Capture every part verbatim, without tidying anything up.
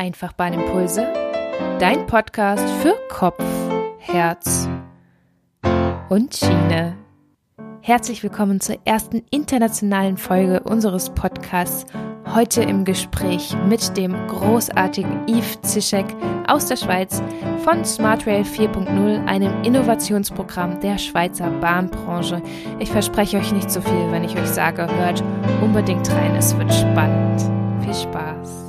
Einfachbahnimpulse, dein Podcast für Kopf, Herz und Schiene. Herzlich willkommen zur ersten internationalen Folge unseres Podcasts. Heute im Gespräch mit dem großartigen Yves Zischek aus der Schweiz von SmartRail vier Punkt null, einem Innovationsprogramm der Schweizer Bahnbranche. Ich verspreche euch nicht so viel, wenn ich euch sage, hört unbedingt rein, es wird spannend. Viel Spaß.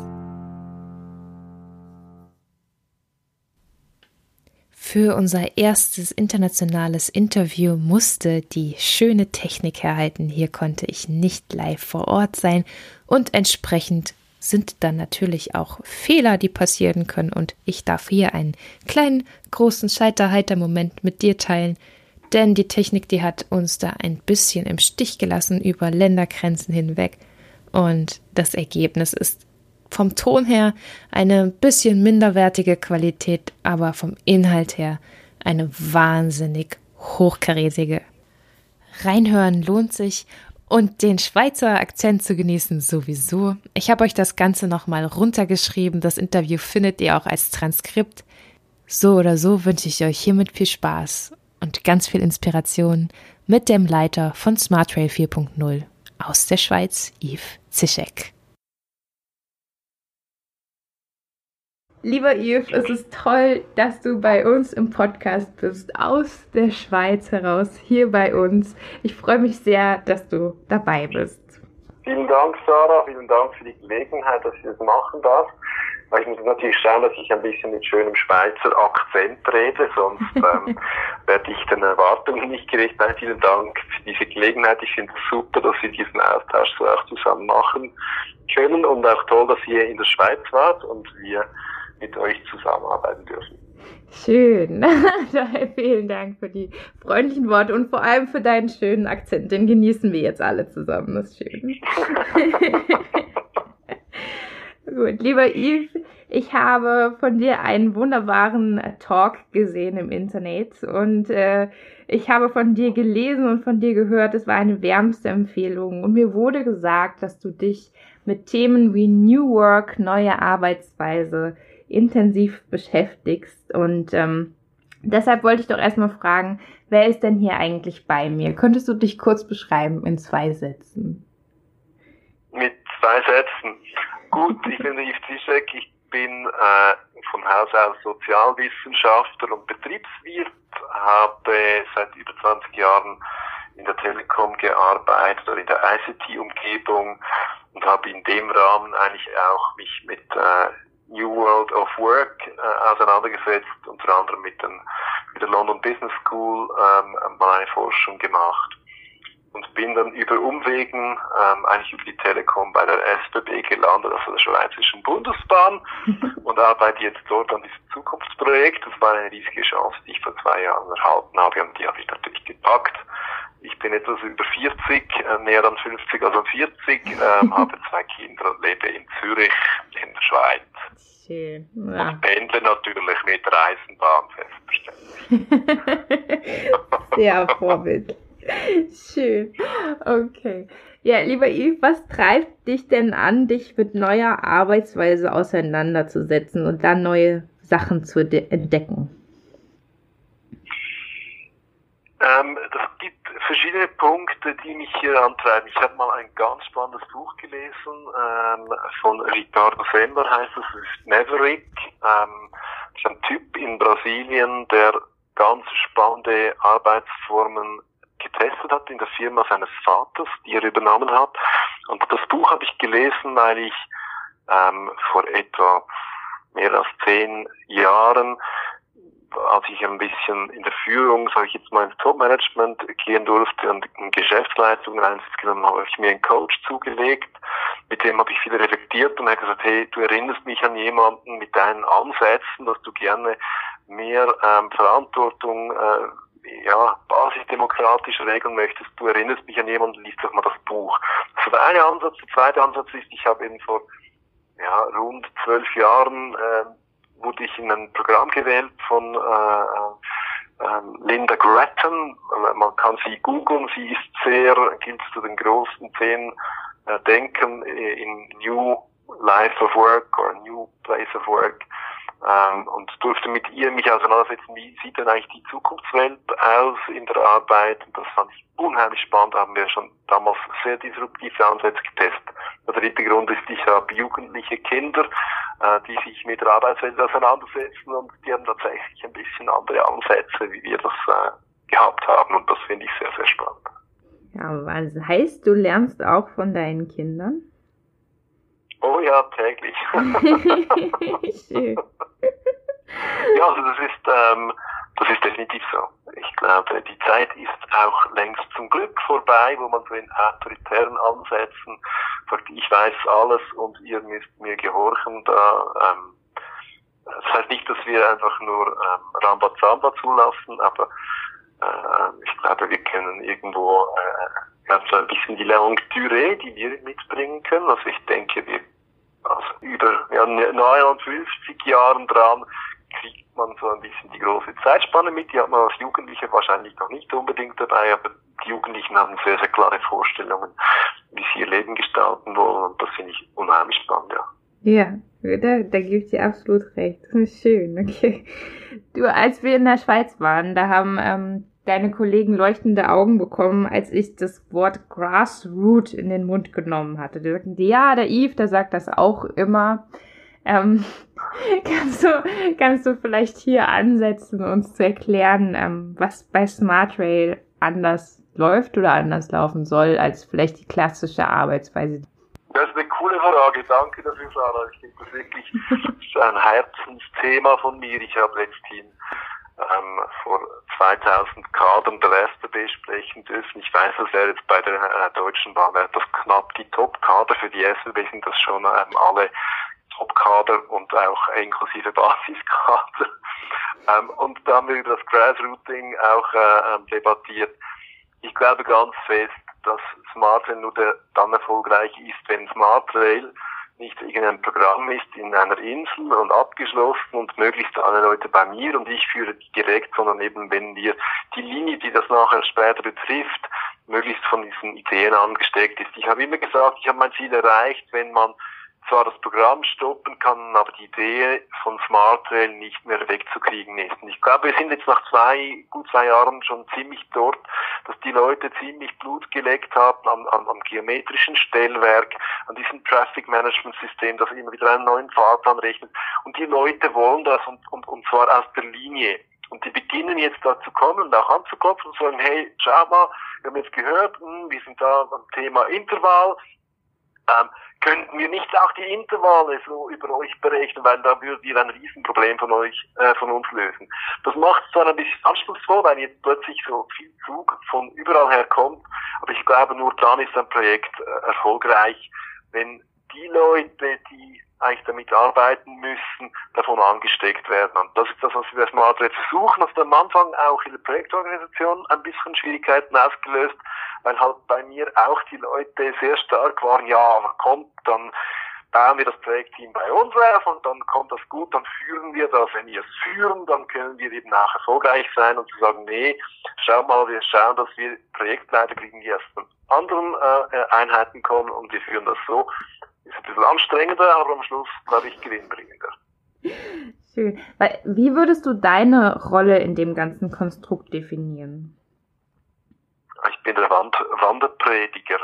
Für unser erstes internationales Interview musste die schöne Technik herhalten. Hier konnte ich nicht live vor Ort sein und entsprechend sind dann natürlich auch Fehler, die passieren können, und ich darf hier einen kleinen, großen Scheiter-Heiter-Moment mit dir teilen, denn die Technik, die hat uns da ein bisschen im Stich gelassen über Ländergrenzen hinweg und das Ergebnis ist vom Ton her eine bisschen minderwertige Qualität, aber vom Inhalt her eine wahnsinnig hochkarätige. Reinhören lohnt sich und den Schweizer Akzent zu genießen sowieso. Ich habe euch das Ganze nochmal runtergeschrieben. Das Interview findet ihr auch als Transkript. So oder so wünsche ich euch hiermit viel Spaß und ganz viel Inspiration mit dem Leiter von SmartRail vier Punkt null aus der Schweiz, Yves Zischek. Lieber Yves, es ist toll, dass du bei uns im Podcast bist, aus der Schweiz heraus, hier bei uns. Ich freue mich sehr, dass du dabei bist. Vielen Dank, Sarah, vielen Dank für die Gelegenheit, dass ich das machen darf. Ich muss natürlich schauen, dass ich ein bisschen mit schönem Schweizer Akzent rede, sonst ähm, werde ich den Erwartungen nicht gerecht. Nein, vielen Dank für diese Gelegenheit. Ich finde es super, dass wir diesen Austausch so auch zusammen machen können und auch toll, dass ihr in der Schweiz wart und wir mit euch zusammenarbeiten dürfen. Schön. Vielen Dank für die freundlichen Worte und vor allem für deinen schönen Akzent. Den genießen wir jetzt alle zusammen. Das ist schön. Gut, lieber Yves, ich habe von dir einen wunderbaren Talk gesehen im Internet und äh, ich habe von dir gelesen und von dir gehört, es war eine wärmste Empfehlung und mir wurde gesagt, dass du dich mit Themen wie New Work, neue Arbeitsweise intensiv beschäftigst und ähm, deshalb wollte ich doch erstmal fragen, wer ist denn hier eigentlich bei mir? Könntest du dich kurz beschreiben in zwei Sätzen? Mit zwei Sätzen. Gut, ich bin der Yves Zischek, ich bin äh, von Haus aus Sozialwissenschaftler und Betriebswirt, habe seit über zwanzig Jahren in der Telekom gearbeitet oder in der I C T-Umgebung und habe in dem Rahmen eigentlich auch mich mit äh, New World of Work äh, auseinandergesetzt, unter anderem mit, den, mit der London Business School ähm, mal eine Forschung gemacht und bin dann über Umwegen ähm, eigentlich über die Telekom bei der S B B gelandet, also der Schweizerischen Bundesbahn und arbeite jetzt dort an diesem Zukunftsprojekt. Das war eine riesige Chance, die ich vor zwei Jahren erhalten habe und die habe ich natürlich gepackt. Ich bin etwas über vierzig, äh, näher an fünfzig als an vierzig, ähm, habe zwei Kinder und lebe in Zürich in der Schweiz. Schön. Ja. Und pendle natürlich mit der Eisenbahn, selbstverständlich. Sehr vorbildlich. Schön. Okay. Ja, lieber Yves, was treibt dich denn an, dich mit neuer Arbeitsweise auseinanderzusetzen und dann neue Sachen zu de- entdecken? Ähm, das gibt verschiedene Punkte, die mich hier antreiben. Ich habe mal ein ganz spannendes Buch gelesen, ähm, von Ricardo Semler heißt es, das ist Maverick. Ähm, das ist ein Typ in Brasilien, der ganz spannende Arbeitsformen getestet hat in der Firma seines Vaters, die er übernommen hat. Und das Buch habe ich gelesen, weil ich ähm, vor etwa mehr als zehn Jahren, als ich ein bisschen in der Führung, sage ich jetzt mal, ins Top-Management gehen durfte und in Geschäftsleitungen Einsatz genommen habe, habe ich mir einen Coach zugelegt, mit dem habe ich viel reflektiert und er hat gesagt, hey, du erinnerst mich an jemanden mit deinen Ansätzen, dass du gerne mehr ähm, Verantwortung äh, ja, basisdemokratisch regeln möchtest. Du erinnerst mich an jemanden, liest doch mal das Buch. Das war der eine Ansatz. Der zweite Ansatz ist, ich habe ihn vor ja, rund zwölf Jahren äh, wurde ich in ein Programm gewählt von äh, äh, Linda Grattan. Man kann sie googeln, sie ist sehr, gilt zu den großen zehn äh, Denken in New Life of Work or New Place of Work. Ähm, und durfte mit ihr mich auseinandersetzen, wie sieht denn eigentlich die Zukunftswelt aus in der Arbeit. Und das fand ich unheimlich spannend, da haben wir schon damals sehr disruptive Ansätze getestet. Der dritte Grund ist, ich habe jugendliche Kinder, äh, die sich mit der Arbeitswelt auseinandersetzen und die haben tatsächlich ein bisschen andere Ansätze, wie wir das äh, gehabt haben. Und das finde ich sehr, sehr spannend. Ja, was heißt, du lernst auch von deinen Kindern? Oh ja, täglich. Schön. Ja, also das ist, ähm, das ist definitiv so. Ich glaube, die Zeit ist auch längst zum Glück vorbei, wo man so in autoritären Ansätzen sagt, ich weiß alles und ihr müsst mir gehorchen. Da, ähm, das heißt nicht, dass wir einfach nur ähm, Rambazamba zulassen, aber äh, ich glaube, wir können irgendwo äh, ja, so ein bisschen die Longue Durée, die wir mitbringen können. Also ich denke, wir also über ja, neunundfünfzig Jahren dran kriegt man so ein bisschen die große Zeitspanne mit. Die hat man als Jugendliche wahrscheinlich noch nicht unbedingt dabei, aber die Jugendlichen haben sehr, sehr klare Vorstellungen, wie sie ihr Leben gestalten wollen. Und das finde ich unheimlich spannend, ja. Ja, da, da gebe ich dir absolut recht. Das ist schön, okay. Du, als wir in der Schweiz waren, da haben ähm, deine Kollegen leuchtende Augen bekommen, als ich das Wort Grassroot in den Mund genommen hatte. Die sagten, ja, der Yves, der sagt das auch immer. Ähm, kannst du, kannst du vielleicht hier ansetzen, uns zu erklären, ähm, was bei SmartRail anders läuft oder anders laufen soll, als vielleicht die klassische Arbeitsweise? Das ist eine coole Frage. Danke dafür, Sarah. Ich finde das wirklich ein Herzensthema von mir. Ich habe letzthin ähm, vor zweitausend Kadern der S B B sprechen dürfen. Ich weiß, das wäre jetzt bei der äh, Deutschen Bahn, wäre das knapp die Top-Kader. Für die S B B sind das schon ähm, alle Top-Kader und auch inklusive Basiskader. Ähm, und da haben wir über das Grassrooting auch äh, debattiert. Ich glaube ganz fest, dass SmartRail nur der, dann erfolgreich ist, wenn SmartRail nicht irgendein Programm ist in einer Insel und abgeschlossen und möglichst alle Leute bei mir und ich führe die direkt, sondern eben wenn wir die Linie, die das nachher später betrifft, möglichst von diesen Ideen angesteckt ist. Ich habe immer gesagt, ich habe mein Ziel erreicht, wenn man zwar das Programm stoppen kann, aber die Idee von SmartRail nicht mehr wegzukriegen ist. Und ich glaube, wir sind jetzt nach zwei, gut zwei Jahren schon ziemlich dort, dass die Leute ziemlich Blut geleckt haben am, am, am geometrischen Stellwerk, an diesem Traffic Management System, das immer wieder einen neuen Fahrplan rechnet. Und die Leute wollen das und, und, und zwar aus der Linie. Und die beginnen jetzt da zu kommen und auch anzuklopfen und sagen, hey, schau mal, wir haben jetzt gehört, mh, wir sind da am Thema Intervall, ähm, könnten wir nicht auch die Intervalle so über euch berechnen, weil da würdet ihr ein Riesenproblem von euch, äh, von uns lösen. Das macht es zwar ein bisschen anspruchsvoll, weil jetzt plötzlich so viel Zug von überall her kommt, aber ich glaube, nur dann ist ein Projekt äh, erfolgreich, wenn die Leute, die eigentlich damit arbeiten müssen, davon angesteckt werden. Und das ist das, was wir als SmartRail versuchen. Das hat am Anfang auch in der Projektorganisation ein bisschen Schwierigkeiten ausgelöst, weil halt bei mir auch die Leute sehr stark waren, ja, aber kommt, dann bauen wir das Projektteam bei uns auf und dann kommt das gut, dann führen wir das. Wenn wir es führen, dann können wir eben auch erfolgreich sein und zu sagen, nee, schau mal, wir schauen, dass wir Projektleiter kriegen, die aus den anderen äh, Einheiten kommen und wir führen das so. Ist ein bisschen anstrengender, aber am Schluss, glaube ich, gewinnbringender. Schön. Wie würdest du deine Rolle in dem ganzen Konstrukt definieren? Ich bin der Wand- Wanderprediger.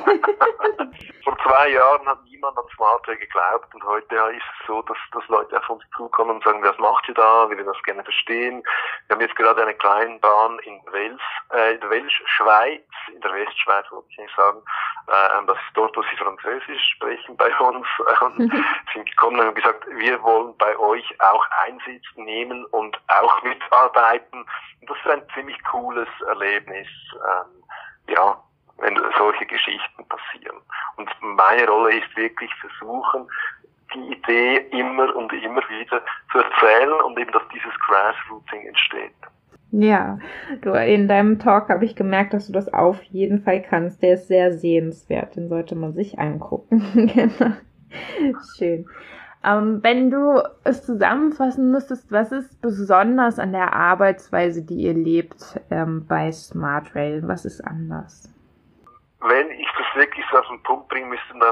Vor zwei Jahren hat niemand an SmartRail geglaubt und heute ist es so, dass, dass Leute auf uns zukommen und sagen, was macht ihr da? Wir würden das gerne verstehen. Wir haben jetzt gerade eine kleine Bahn in Wels, äh, in der Welschschweiz, in der Westschweiz, wollte ich nicht sagen. Äh, das ist dort, wo sie Französisch sprechen bei uns. Ähm, sind gekommen und haben gesagt, wir wollen bei euch auch Einsitz nehmen und auch mitarbeiten. Und das ist ein ziemlich cooles Erlebnis. Ähm, ja, wenn solche Geschichten passieren. Und meine Rolle ist wirklich versuchen, die Idee immer und immer wieder zu erzählen und eben, dass dieses Grassrooting entsteht. Ja, du, in deinem Talk habe ich gemerkt, dass du das auf jeden Fall kannst. Der ist sehr sehenswert, den sollte man sich angucken. Genau. Schön. Ähm, wenn du es zusammenfassen müsstest, was ist besonders an der Arbeitsweise, die ihr lebt ähm, bei SmartRail? Was ist anders? Wenn ich das wirklich so auf den Punkt bringen müsste, dann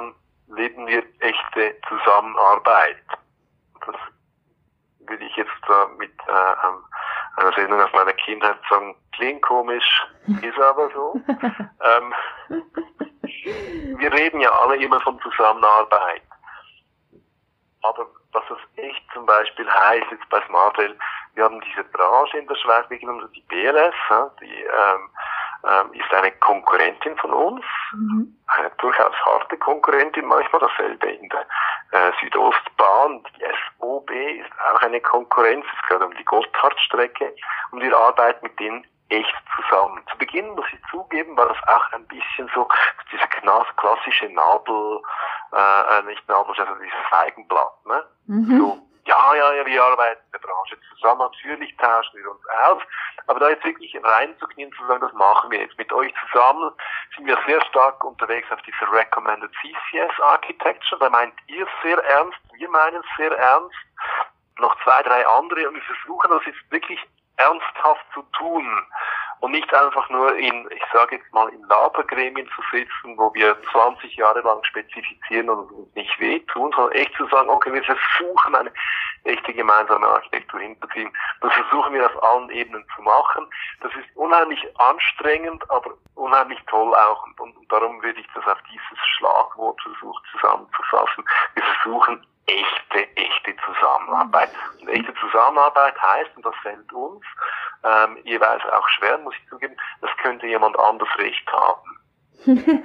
leben wir echte Zusammenarbeit. Das würde ich jetzt äh, mit äh, einer Sendung aus meiner Kindheit sagen, klingt komisch, ist aber so. ähm, wir reden ja alle immer von Zusammenarbeit. Aber was das echt zum Beispiel heißt, jetzt bei Smartrail, wir haben diese Branche in der Schweiz, die B L S, die ähm, ähm, ist eine Konkurrentin von uns, mhm. eine durchaus harte Konkurrentin manchmal, dasselbe in der äh, Südostbahn, die S O B ist auch eine Konkurrenz, es geht um die Gotthardstrecke und wir arbeiten mit denen echt zusammen. Zu Beginn, muss ich zugeben, war das auch ein bisschen so, diese klassische Nabel, äh, nicht Nabel, also dieses Feigenblatt, ne? Mhm. So, ja, ja, ja, wir arbeiten in der Branche zusammen, natürlich tauschen wir uns aus, aber da jetzt wirklich reinzuknien, zu sagen, das machen wir jetzt mit euch zusammen, sind wir sehr stark unterwegs auf diese Recommended C C S Architecture, da meint ihr sehr ernst, wir meinen es sehr ernst, noch zwei, drei andere und wir versuchen das jetzt wirklich ernsthaft zu tun und nicht einfach nur in, ich sage jetzt mal, in Labergremien zu sitzen, wo wir zwanzig Jahre lang spezifizieren und uns nicht wehtun, sondern echt zu sagen, okay, wir versuchen eine echte gemeinsame Architektur hinzuziehen. Das versuchen wir auf allen Ebenen zu machen. Das ist unheimlich anstrengend, aber unheimlich toll auch und, und, und darum würde ich das auf dieses Schlagwort versuchen zusammenzufassen. Wir versuchen echte, echte Zusammenarbeit. Und echte Zusammenarbeit heißt, und das fällt uns ähm, jeweils auch schwer, muss ich zugeben, das könnte jemand anders Recht haben.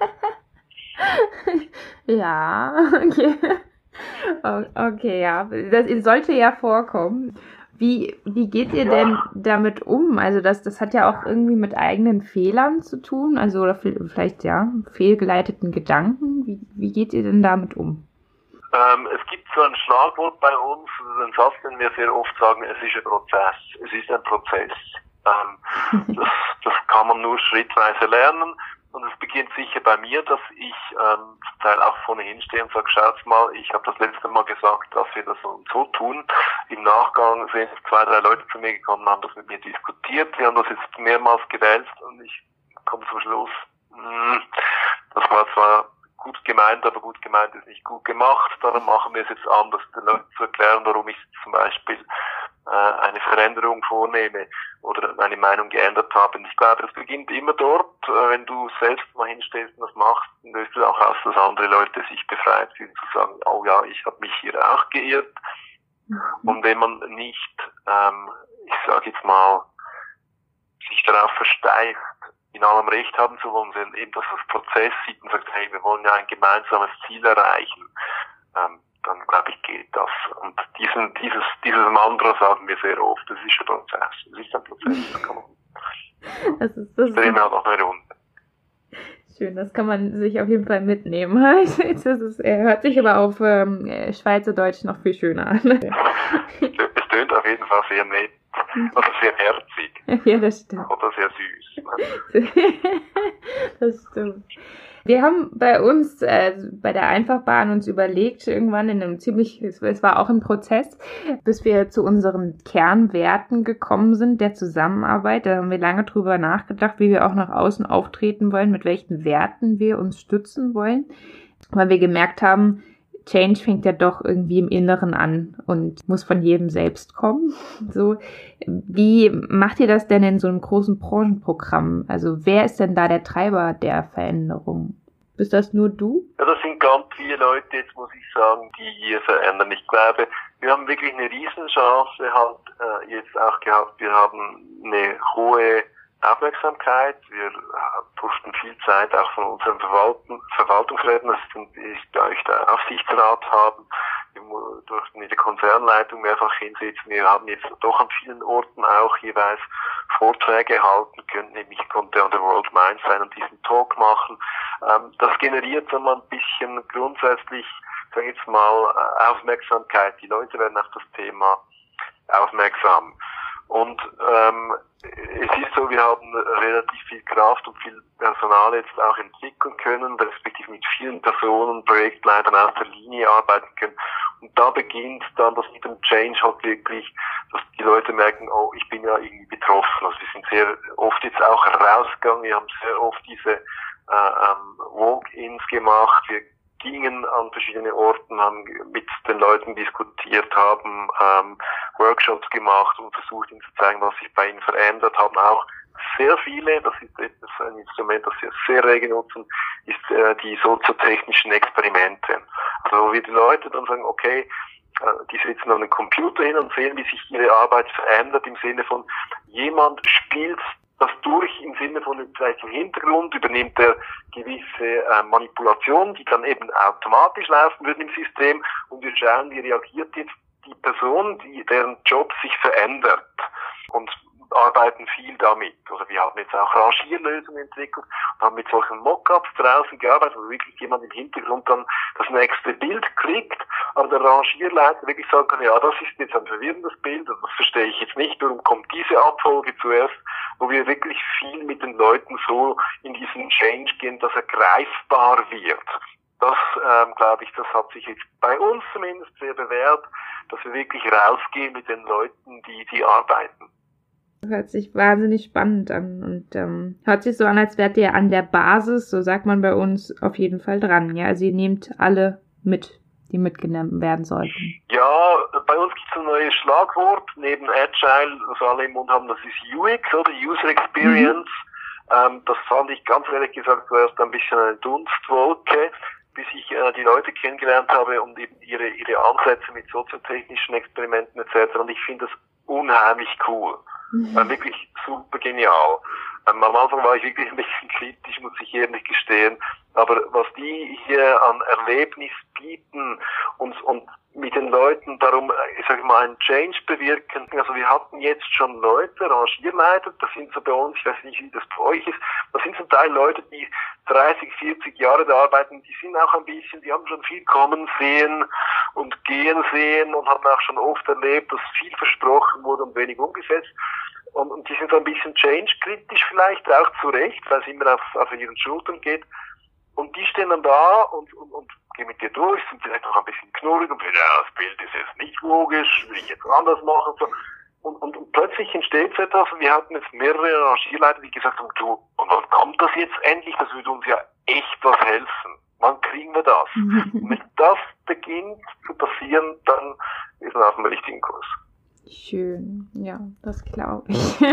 Ja, okay. Okay, ja. Das sollte ja vorkommen. Wie, wie geht ihr denn damit um? Also das, das hat ja auch irgendwie mit eigenen Fehlern zu tun, also oder vielleicht ja, fehlgeleiteten Gedanken. Wie, wie geht ihr denn damit um? Ähm, es gibt so ein Schlagwort bei uns, einen Satz, den wir sehr oft sagen, es ist ein Prozess. Es ist ein Prozess. Ähm, das, das kann man nur schrittweise lernen. Und es beginnt sicher bei mir, dass ich ähm, zum Teil auch vorne hinstehe und sage, schaut mal, ich habe das letzte Mal gesagt, dass wir das so und so tun. Im Nachgang sind zwei, drei Leute zu mir gekommen, haben das mit mir diskutiert. Wir haben das jetzt mehrmals gewälzt und ich komme zum Schluss, mh, das war zwar gut gemeint, aber gut gemeint ist nicht gut gemacht. Darum machen wir es jetzt anders, den Leuten zu erklären, warum ich zum Beispiel äh, eine Veränderung vornehme oder meine Meinung geändert habe. Und ich glaube, es beginnt immer dort, äh, wenn du selbst mal hinstehst und das machst, dann löst du auch aus, dass andere Leute sich befreit fühlen, zu sagen, oh ja, ich habe mich hier auch geirrt. Mhm. Und wenn man nicht, ähm, ich sage jetzt mal, sich darauf versteift, in allem Recht haben zu wollen, sondern eben, dass das Prozess sieht und sagt, hey, wir wollen ja ein gemeinsames Ziel erreichen, ähm, dann glaube ich, geht das. Und diesen, dieses, dieses Mantra sagen wir sehr oft, das ist ein Prozess. Das ist ein Prozess, das kann man. Das ist, das drehen wir halt noch eine Runde. Schön, das kann man sich auf jeden Fall mitnehmen. Das ist, hört sich aber auf ähm, Schweizerdeutsch noch viel schöner an. Es tönt auf jeden Fall sehr nett. Oder sehr herzig. Ja, das stimmt. Oder sehr süß. Das stimmt. Wir haben bei uns, äh, bei der Einfachbahn uns überlegt, irgendwann in einem ziemlich, es, es war auch ein Prozess, bis wir zu unseren Kernwerten gekommen sind, der Zusammenarbeit. Da haben wir lange drüber nachgedacht, wie wir auch nach außen auftreten wollen, mit welchen Werten wir uns stützen wollen. Weil wir gemerkt haben, Change fängt ja doch irgendwie im Inneren an und muss von jedem selbst kommen. So, wie macht ihr das denn in so einem großen Branchenprogramm? Also wer ist denn da der Treiber der Veränderung? Bist das nur du? Ja, das sind ganz viele Leute, jetzt muss ich sagen, die hier verändern. Ich glaube, wir haben wirklich eine Riesenchance halt äh, jetzt auch gehabt. Wir haben eine hohe Aufmerksamkeit. Wir durften viel Zeit auch von unseren Verwalten, Verwaltungsräten, das sind, ich, da ich da Aufsichtsrat haben, wir durften in der Konzernleitung mehrfach hinsitzen. Wir haben jetzt doch an vielen Orten auch jeweils Vorträge halten können. Ich konnte an der World Mind sein und diesen Talk machen. Ähm, das generiert so mal ein bisschen grundsätzlich, sag ich jetzt mal, Aufmerksamkeit. Die Leute werden auf das Thema aufmerksam. Und ähm, es ist so, wir haben relativ viel Kraft und viel Personal jetzt auch entwickeln können, respektive mit vielen Personen, Projektleitern aus der Linie arbeiten können. Und da beginnt dann das mit dem Change halt wirklich, dass die Leute merken, oh, ich bin ja irgendwie betroffen. Also wir sind sehr oft jetzt auch rausgegangen, wir haben sehr oft diese äh, ähm, Walk-ins gemacht, wir gingen an verschiedene Orten, haben mit den Leuten diskutiert, haben ähm, Workshops gemacht und versucht ihnen zu zeigen, was sich bei ihnen verändert, haben auch sehr viele, das ist etwas, ein Instrument, das wir sehr rege nutzen, ist äh, die soziotechnischen Experimente. Also wo wir die Leute dann sagen, okay, äh, die sitzen an den Computer hin und sehen, wie sich ihre Arbeit verändert, im Sinne von, jemand spielt das durch, im Sinne von vielleicht im Hintergrund übernimmt er gewisse äh, Manipulationen, die dann eben automatisch laufen würden im System, und wir schauen, wie reagiert jetzt die Person, die, deren Job sich verändert, und arbeiten viel damit. Also wir haben jetzt auch Rangierlösungen entwickelt und haben mit solchen Mockups draußen gearbeitet, wo wirklich jemand im Hintergrund dann das nächste Bild klickt, aber der Rangierleiter wirklich sagen kann, ja, das ist jetzt ein verwirrendes Bild, das verstehe ich jetzt nicht, warum kommt diese Abfolge zuerst, wo wir wirklich viel mit den Leuten so in diesen Change gehen, dass er greifbar wird. Das, ähm, glaube ich, das hat sich jetzt bei uns zumindest sehr bewährt, dass wir wirklich rausgehen mit den Leuten, die, die arbeiten. Hört sich wahnsinnig spannend an und ähm, hört sich so an, als wärt ihr an der Basis, so sagt man bei uns, auf jeden Fall dran. Ja, also ihr nehmt alle mit, die mitgenommen werden sollten. Ja, bei uns gibt es ein neues Schlagwort neben Agile, was alle im Mund haben, das ist U X oder User Experience. Mhm. Ähm, das fand ich ganz ehrlich gesagt zuerst ein bisschen eine Dunstwolke, bis ich äh, die Leute kennengelernt habe und eben ihre ihre Ansätze mit soziotechnischen Experimenten et cetera. Und ich finde das unheimlich cool. Mhm. Äh, wirklich super genial. Ähm, am Anfang war ich wirklich ein bisschen kritisch, muss ich ehrlich gestehen. Aber was die hier an Erlebnis bieten und, und mit den Leuten darum, ich sage mal, einen Change bewirken. Also wir hatten jetzt schon Leute, Rangierleiter, das sind so bei uns, ich weiß nicht, wie das bei euch ist, das sind zum Teil Leute, die dreißig, vierzig Jahre da arbeiten, die sind auch ein bisschen, die haben schon viel kommen sehen und gehen sehen und haben auch schon oft erlebt, dass viel versprochen wurde und wenig umgesetzt. Und, und die sind so ein bisschen change-kritisch vielleicht, auch zu Recht, weil es immer auf, auf ihren Schultern geht. Und die stehen dann da und, und, und gehen mit dir durch, sind vielleicht noch ein bisschen knurrig und ja, das Bild ist jetzt nicht logisch, will ich jetzt anders machen. So. Und, und, und plötzlich entsteht so etwas, und wir hatten jetzt mehrere Rangierleiter, die gesagt haben, du, und wann kommt das jetzt endlich? Das würde uns ja echt was helfen. Wann kriegen wir das? Und wenn das beginnt zu passieren, dann ist man auf dem richtigen Kurs. Schön, ja, das glaube ich.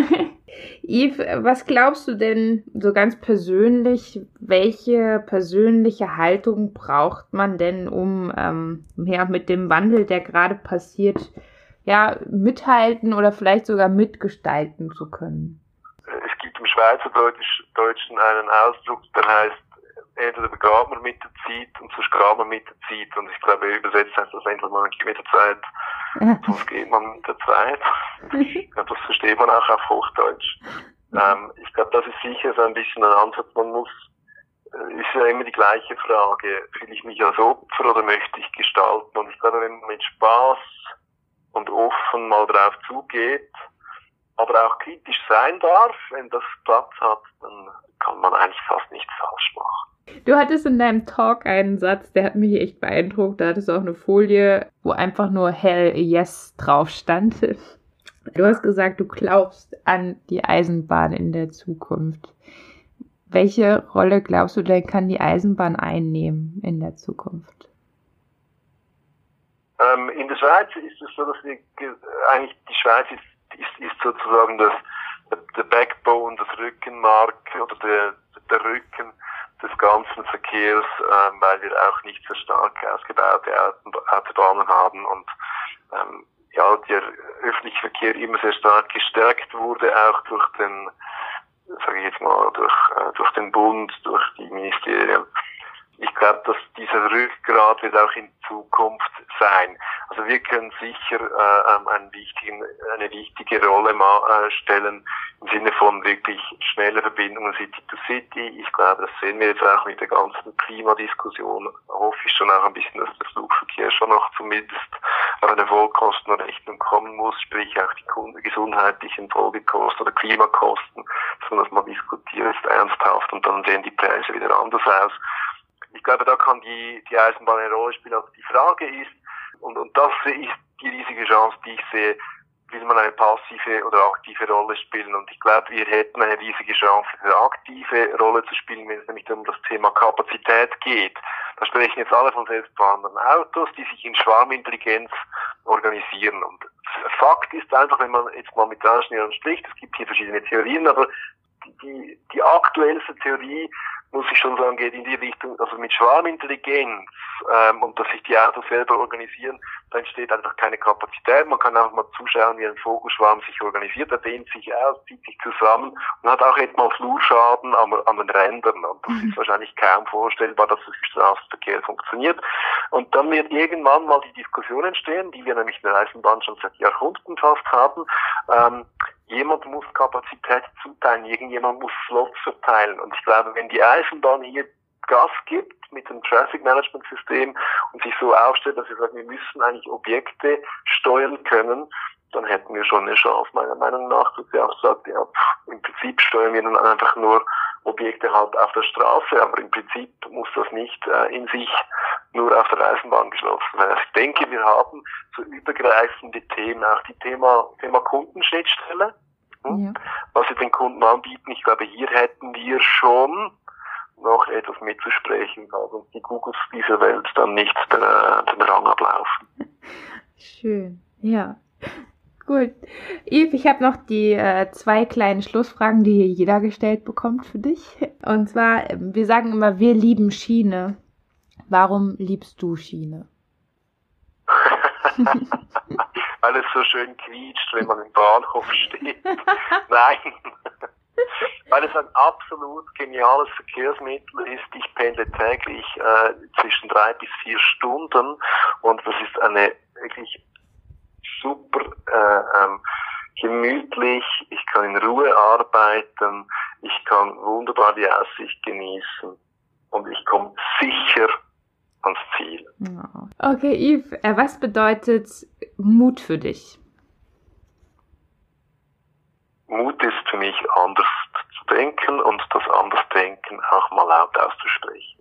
Yves, was glaubst du denn so ganz persönlich, welche persönliche Haltung braucht man denn, um ähm, ja, mit dem Wandel, der gerade passiert, ja, mithalten oder vielleicht sogar mitgestalten zu können? Es gibt im Schweizerdeutschen einen Ausdruck, der heißt, entweder begraben man mit der Zeit und sonst graben man mit der Zeit. Und ich glaube, übersetzt heißt das entweder man geht mit der Zeit, ja. Sonst geht man mit der Zeit. Ich glaube, das versteht man auch auf Hochdeutsch. Ähm, ich glaube, das ist sicher so ein bisschen ein Ansatz. Man muss, äh, ist ja immer die gleiche Frage, fühle ich mich als Opfer oder möchte ich gestalten? Und ich glaube, wenn man mit Spaß und offen mal drauf zugeht, aber auch kritisch sein darf, wenn das Platz hat, dann kann man eigentlich fast nichts falsch machen. Du hattest in deinem Talk einen Satz, der hat mich echt beeindruckt. Da hattest du auch eine Folie, wo einfach nur Hell Yes drauf stand. Du hast gesagt, du glaubst an die Eisenbahn in der Zukunft. Welche Rolle glaubst du denn, kann die Eisenbahn einnehmen in der Zukunft? Ähm, in der Schweiz ist es so, dass wir eigentlich die Schweiz ist, ist, ist sozusagen das, der Backbone, das Rückenmark oder der, der Rücken des ganzen Verkehrs, ähm, weil wir auch nicht so stark ausgebaute Autobahnen haben und ähm, ja, der öffentliche Verkehr immer sehr stark gestärkt wurde, auch durch den, sage ich jetzt mal, durch, äh, durch den Bund, durch die Ministerien. Ich glaube, dass dieser Rückgrat wird auch in Zukunft sein. Also wir können sicher äh, einen wichtigen, eine wichtige Rolle ma- äh, stellen im Sinne von wirklich schnelle Verbindungen City to City. Ich glaube, das sehen wir jetzt auch mit der ganzen Klimadiskussion. Hoffe ich schon auch ein bisschen, dass der Flugverkehr schon noch zumindest auf eine Vollkostenrechnung kommen muss, sprich auch die gesundheitlichen Folgekosten oder Klimakosten, dass man das mal diskutiert ernsthaft und dann sehen die Preise wieder anders aus. Ich glaube, da kann die, die Eisenbahn eine Rolle spielen. Also die Frage ist, und, und das ist die riesige Chance, die ich sehe, will man eine passive oder aktive Rolle spielen. Und ich glaube, wir hätten eine riesige Chance, eine aktive Rolle zu spielen, wenn es nämlich um das Thema Kapazität geht. Da sprechen jetzt alle von selbstfahrenden Autos, die sich in Schwarmintelligenz organisieren. Und Fakt ist einfach, wenn man jetzt mal mit Ingenieuren spricht, es gibt hier verschiedene Theorien, aber die, die aktuellste Theorie, muss ich schon sagen, geht in die Richtung, also mit Schwarmintelligenz ähm, und dass sich die Autos selber organisieren, da entsteht einfach keine Kapazität. Man kann einfach mal zuschauen, wie ein Vogelschwarm sich organisiert. Er dehnt sich aus, zieht sich zusammen und hat auch etwa Flurschaden an, an den Rändern. Und das ist wahrscheinlich kaum vorstellbar, dass das im Straßenverkehr funktioniert. Und dann wird irgendwann mal die Diskussion entstehen, die wir nämlich in der Eisenbahn schon seit Jahrhunderten fast haben. Ähm, Jemand muss Kapazität zuteilen, irgendjemand muss Slots verteilen. Und ich glaube, wenn die Eisenbahn hier Gas gibt mit dem Traffic Management System und sich so aufstellt, dass wir sagen, wir müssen eigentlich Objekte steuern können, dann hätten wir schon eine Chance, meiner Meinung nach, dass sie auch sagt, ja, im Prinzip steuern wir dann einfach nur Objekte halt auf der Straße, aber im Prinzip muss das nicht äh, in sich nur auf der Eisenbahn geschlossen werden. Also ich denke, wir haben so übergreifende Themen, auch die Thema, Thema Kundenschnittstelle, hm? ja. was wir den Kunden anbieten. Ich glaube, hier hätten wir schon noch etwas mitzusprechen, also uns die Googles dieser Welt dann nicht den, den Rang ablaufen. Schön, ja. Gut. Yves, ich habe noch die äh, zwei kleinen Schlussfragen, die hier jeder gestellt bekommt für dich. Und zwar, wir sagen immer, wir lieben Schiene. Warum liebst du Schiene? Weil es so schön quietscht, wenn man im Bahnhof steht. Nein. Weil es ein absolut geniales Verkehrsmittel ist. Ich pendle täglich äh, zwischen drei bis vier Stunden und das ist eine wirklich super äh, ähm, gemütlich, ich kann in Ruhe arbeiten, ich kann wunderbar die Aussicht genießen und ich komme sicher ans Ziel. Okay, Yves, äh, was bedeutet Mut für dich? Mut ist für mich, anders zu denken und das Andersdenken auch mal laut auszusprechen.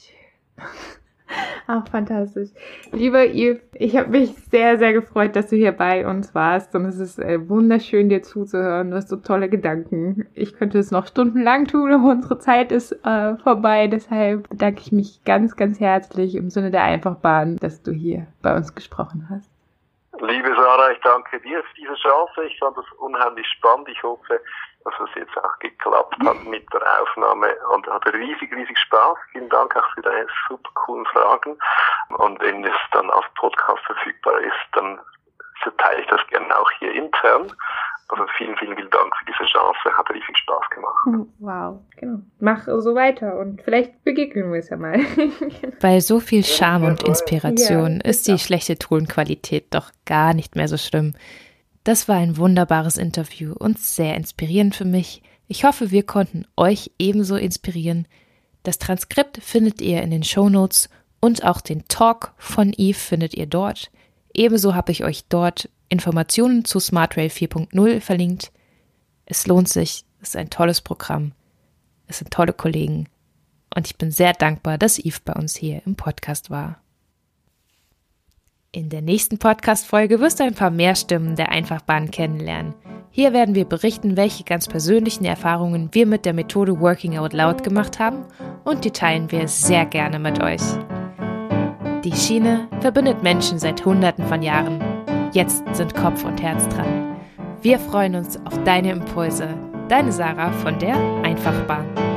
Ach, fantastisch. Lieber Yves, ich habe mich sehr, sehr gefreut, dass du hier bei uns warst und es ist äh, wunderschön, dir zuzuhören. Du hast so tolle Gedanken. Ich könnte es noch stundenlang tun, aber unsere Zeit ist äh, vorbei. Deshalb bedanke ich mich ganz, ganz herzlich im Sinne der Einfachbahn, dass du hier bei uns gesprochen hast. Liebe Sarah, ich danke dir für diese Chance. Ich fand das unheimlich spannend. Ich hoffe, dass es jetzt auch geklappt hat mit der Aufnahme und hatte riesig, riesig Spaß. Vielen Dank auch für deine super coolen Fragen. Und wenn es dann als Podcast verfügbar ist, dann verteile ich das gerne auch hier intern. Also vielen, vielen, vielen Dank für diese Chance. Hat riesig Spaß gemacht. Wow, genau. Mach so weiter und vielleicht begegnen wir es ja mal. Bei so viel Charme und Inspiration ja, ist die schlechte Tonqualität doch gar nicht mehr so schlimm. Das war ein wunderbares Interview und sehr inspirierend für mich. Ich hoffe, wir konnten euch ebenso inspirieren. Das Transkript findet ihr in den Shownotes und auch den Talk von Yves findet ihr dort. Ebenso habe ich euch dort Informationen zu SmartRail vier Punkt null verlinkt. Es lohnt sich, es ist ein tolles Programm, es sind tolle Kollegen und ich bin sehr dankbar, dass Yves bei uns hier im Podcast war. In der nächsten Podcast-Folge wirst du ein paar mehr Stimmen der Einfachbahn kennenlernen. Hier werden wir berichten, welche ganz persönlichen Erfahrungen wir mit der Methode Working Out Loud gemacht haben und die teilen wir sehr gerne mit euch. Die Schiene verbindet Menschen seit Hunderten von Jahren. Jetzt sind Kopf und Herz dran. Wir freuen uns auf deine Impulse. Deine Sarah von der Einfachbahn.